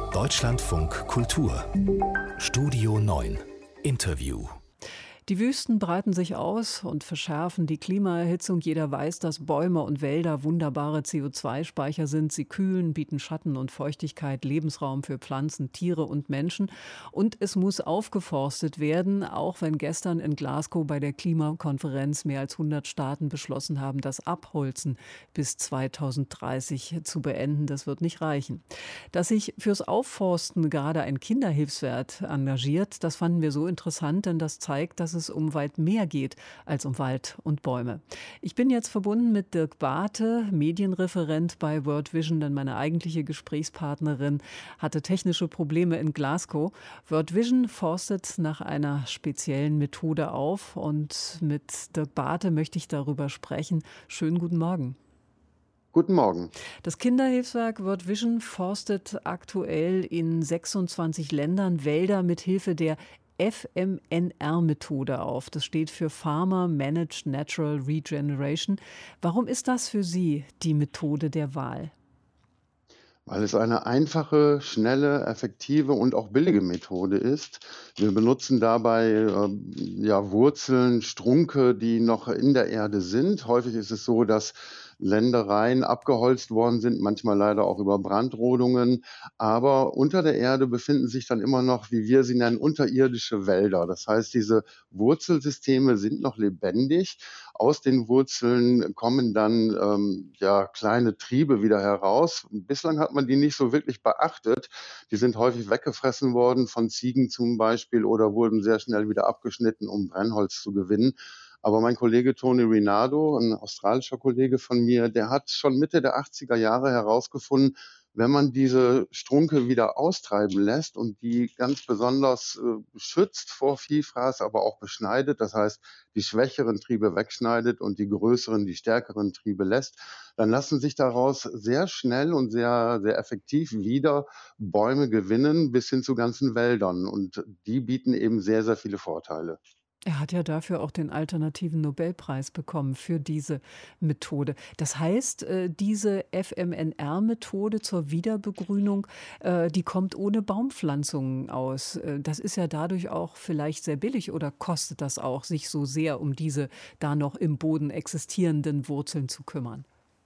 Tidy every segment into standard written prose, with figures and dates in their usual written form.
Deutschlandfunk Kultur Studio 9 Interview. Die Wüsten breiten sich aus und verschärfen die Klimaerhitzung. Jeder weiß, dass Bäume und Wälder wunderbare CO2-Speicher sind. Sie kühlen, bieten Schatten und Feuchtigkeit, Lebensraum für Pflanzen, Tiere und Menschen. Und es muss aufgeforstet werden, auch wenn gestern in Glasgow bei der Klimakonferenz mehr als 100 Staaten beschlossen haben, das Abholzen bis 2030 zu beenden. Das wird nicht reichen. Dass sich fürs Aufforsten gerade ein Kinderhilfswerk engagiert, das fanden wir so interessant, denn das zeigt, dass es um weit mehr geht als um Wald und Bäume. Ich bin jetzt verbunden mit Dirk Bate, Medienreferent bei World Vision, denn meine eigentliche Gesprächspartnerin hatte technische Probleme in Glasgow. World Vision forstet nach einer speziellen Methode auf und mit Dirk Bate möchte ich darüber sprechen. Schönen guten Morgen. Guten Morgen. Das Kinderhilfswerk World Vision forstet aktuell in 26 Ländern Wälder mit Hilfe der FMNR-Methode auf. Das steht für Farmer Managed Natural Regeneration. Warum ist das für Sie die Methode der Wahl? Weil es eine einfache, schnelle, effektive und auch billige Methode ist. Wir benutzen dabei Wurzeln, Strunke, die noch in der Erde sind. Häufig ist es so, dass Ländereien abgeholzt worden sind, manchmal leider auch über Brandrodungen. Aber unter der Erde befinden sich dann immer noch, wie wir sie nennen, unterirdische Wälder. Das heißt, diese Wurzelsysteme sind noch lebendig. Aus den Wurzeln kommen dann kleine Triebe wieder heraus. Bislang hat man die nicht so wirklich beachtet. Die sind häufig weggefressen worden von Ziegen zum Beispiel oder wurden sehr schnell wieder abgeschnitten, um Brennholz zu gewinnen. Aber mein Kollege Tony Rinaldo, ein australischer Kollege von mir, der hat schon Mitte der 80er Jahre herausgefunden, wenn man diese Strunke wieder austreiben lässt und die ganz besonders schützt vor Vielfraß, aber auch beschneidet, das heißt, die schwächeren Triebe wegschneidet und die größeren, die stärkeren Triebe lässt, dann lassen sich daraus sehr schnell und sehr, sehr effektiv wieder Bäume gewinnen, bis hin zu ganzen Wäldern. Und die bieten eben sehr, sehr viele Vorteile. Er hat ja dafür auch den alternativen Nobelpreis bekommen für diese Methode. Das heißt, diese FMNR-Methode zur Wiederbegrünung, die kommt ohne Baumpflanzungen aus. Das ist ja dadurch auch vielleicht sehr billig oder kostet das auch, sich so sehr um diese da noch im Boden existierenden Wurzeln zu kümmern?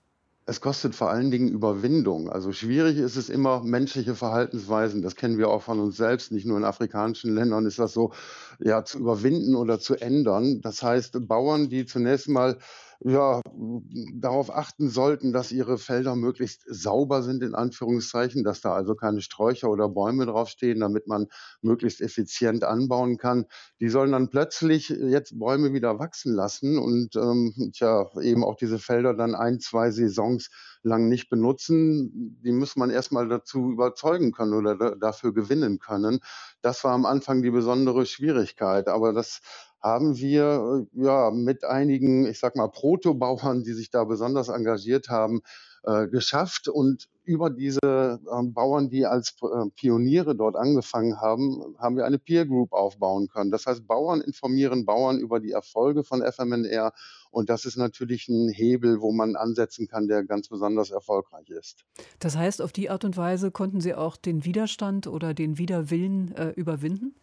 Es kostet vor allen Dingen Überwindung. Also schwierig ist es immer, menschliche Verhaltensweisen, das kennen wir auch von uns selbst, nicht nur in afrikanischen Ländern ist das so, ja, zu überwinden oder zu ändern. Das heißt, Bauern, die zunächst mal ja, darauf achten sollten, dass ihre Felder möglichst sauber sind, in Anführungszeichen, dass da also keine Sträucher oder Bäume draufstehen, damit man möglichst effizient anbauen kann. Die sollen dann plötzlich jetzt Bäume wieder wachsen lassen und eben auch diese Felder dann 1, 2 Saisons lang nicht benutzen. Die muss man erstmal dazu überzeugen können oder dafür gewinnen können. Das war am Anfang die besondere Schwierigkeit, aber das haben wir mit einigen, ich sag mal, Protobauern, die sich da besonders engagiert haben, geschafft. Und über diese Bauern, die als Pioniere dort angefangen haben, haben wir eine Peer Group aufbauen können. Das heißt, Bauern informieren Bauern über die Erfolge von FMNR. Und das ist natürlich ein Hebel, wo man ansetzen kann, der ganz besonders erfolgreich ist. Das heißt, auf die Art und Weise konnten Sie auch den Widerstand oder den Widerwillen überwinden?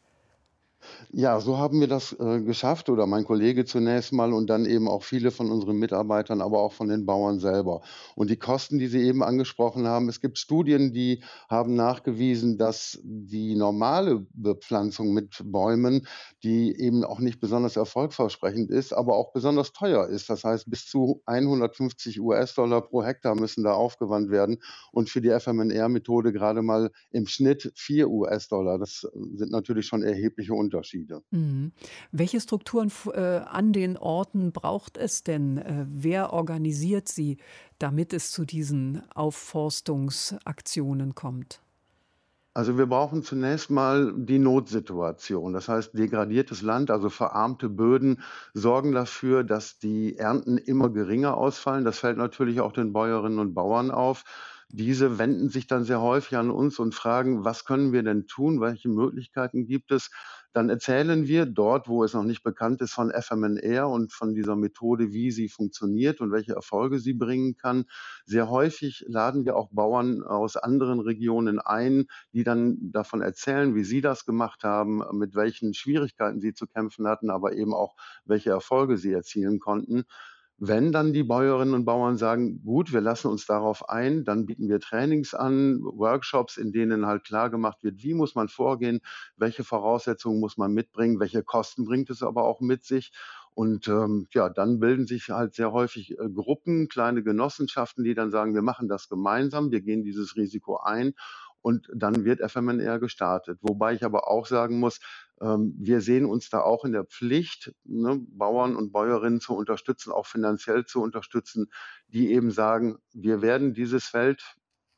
Ja, so haben wir das geschafft oder mein Kollege zunächst mal und dann eben auch viele von unseren Mitarbeitern, aber auch von den Bauern selber. Und die Kosten, die Sie eben angesprochen haben, es gibt Studien, die haben nachgewiesen, dass die normale Bepflanzung mit Bäumen, die eben auch nicht besonders erfolgversprechend ist, aber auch besonders teuer ist. Das heißt, bis zu 150 US-Dollar pro Hektar müssen da aufgewandt werden und für die FMNR-Methode gerade mal im Schnitt 4 US-Dollar. Das sind natürlich schon erhebliche Unterschiede. Mhm. Welche Strukturen an den Orten braucht es denn? Wer organisiert sie, damit es zu diesen Aufforstungsaktionen kommt? Also wir brauchen zunächst mal die Notsituation. Das heißt, degradiertes Land, also verarmte Böden, sorgen dafür, dass die Ernten immer geringer ausfallen. Das fällt natürlich auch den Bäuerinnen und Bauern auf. Diese wenden sich dann sehr häufig an uns und fragen: „Was können wir denn tun? Welche Möglichkeiten gibt es?“ Dann erzählen wir dort, wo es noch nicht bekannt ist, von FMNR und von dieser Methode, wie sie funktioniert und welche Erfolge sie bringen kann. Sehr häufig laden wir auch Bauern aus anderen Regionen ein, die dann davon erzählen, wie sie das gemacht haben, mit welchen Schwierigkeiten sie zu kämpfen hatten, aber eben auch, welche Erfolge sie erzielen konnten. Wenn dann die Bäuerinnen und Bauern sagen: „Gut, wir lassen uns darauf ein“, dann bieten wir Trainings an, Workshops, in denen halt klargemacht wird, wie muss man vorgehen, welche Voraussetzungen muss man mitbringen, welche Kosten bringt es aber auch mit sich. Und, ja, dann bilden sich halt sehr häufig, Gruppen, kleine Genossenschaften, die dann sagen: „Wir machen das gemeinsam, wir gehen dieses Risiko ein“, und dann wird FMNR gestartet. Wobei ich aber auch sagen muss, wir sehen uns da auch in der Pflicht, ne, Bauern und Bäuerinnen zu unterstützen, auch finanziell zu unterstützen, die eben sagen: „Wir werden dieses Feld,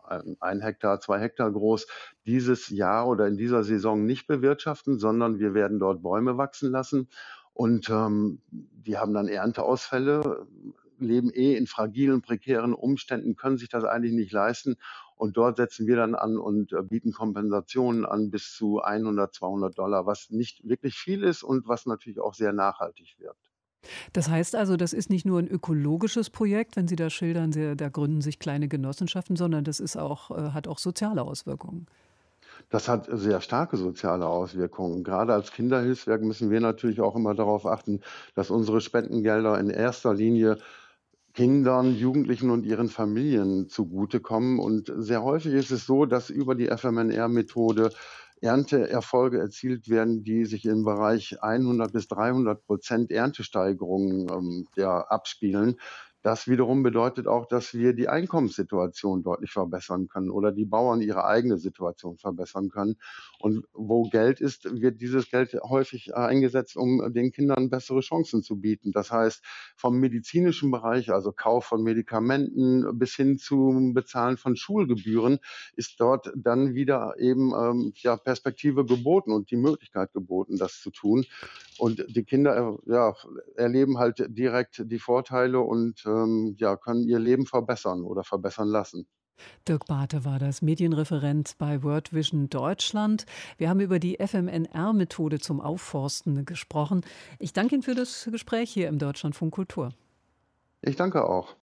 1 Hektar, 2 Hektar groß, dieses Jahr oder in dieser Saison nicht bewirtschaften, sondern wir werden dort Bäume wachsen lassen.“ Und, die haben dann Ernteausfälle, leben in fragilen, prekären Umständen, können sich das eigentlich nicht leisten. Und dort setzen wir dann an und, bieten Kompensationen an bis zu 100, $200, was nicht wirklich viel ist und was natürlich auch sehr nachhaltig wirkt. Das heißt also, das ist nicht nur ein ökologisches Projekt, wenn Sie da schildern, da gründen sich kleine Genossenschaften, sondern das ist auch hat auch soziale Auswirkungen. Das hat sehr starke soziale Auswirkungen. Gerade als Kinderhilfswerk müssen wir natürlich auch immer darauf achten, dass unsere Spendengelder in erster Linie Kindern, Jugendlichen und ihren Familien zugutekommen. Und sehr häufig ist es so, dass über die FMNR-Methode Ernteerfolge erzielt werden, die sich im Bereich 100 bis 300% Erntesteigerungen, ja, abspielen. Das wiederum bedeutet auch, dass wir die Einkommenssituation deutlich verbessern können oder die Bauern ihre eigene Situation verbessern können. Und wo Geld ist, wird dieses Geld häufig eingesetzt, um den Kindern bessere Chancen zu bieten. Das heißt, vom medizinischen Bereich, also Kauf von Medikamenten bis hin zum Bezahlen von Schulgebühren, ist dort dann wieder eben, ja, Perspektive geboten und die Möglichkeit geboten, das zu tun. Und die Kinder, ja, erleben halt direkt die Vorteile und, ja, können ihr Leben verbessern oder verbessern lassen. Dirk Bate war das, Medienreferent bei World Vision Deutschland. Wir haben über die FMNR-Methode zum Aufforsten gesprochen. Ich danke Ihnen für das Gespräch hier im Deutschlandfunk Kultur. Ich danke auch.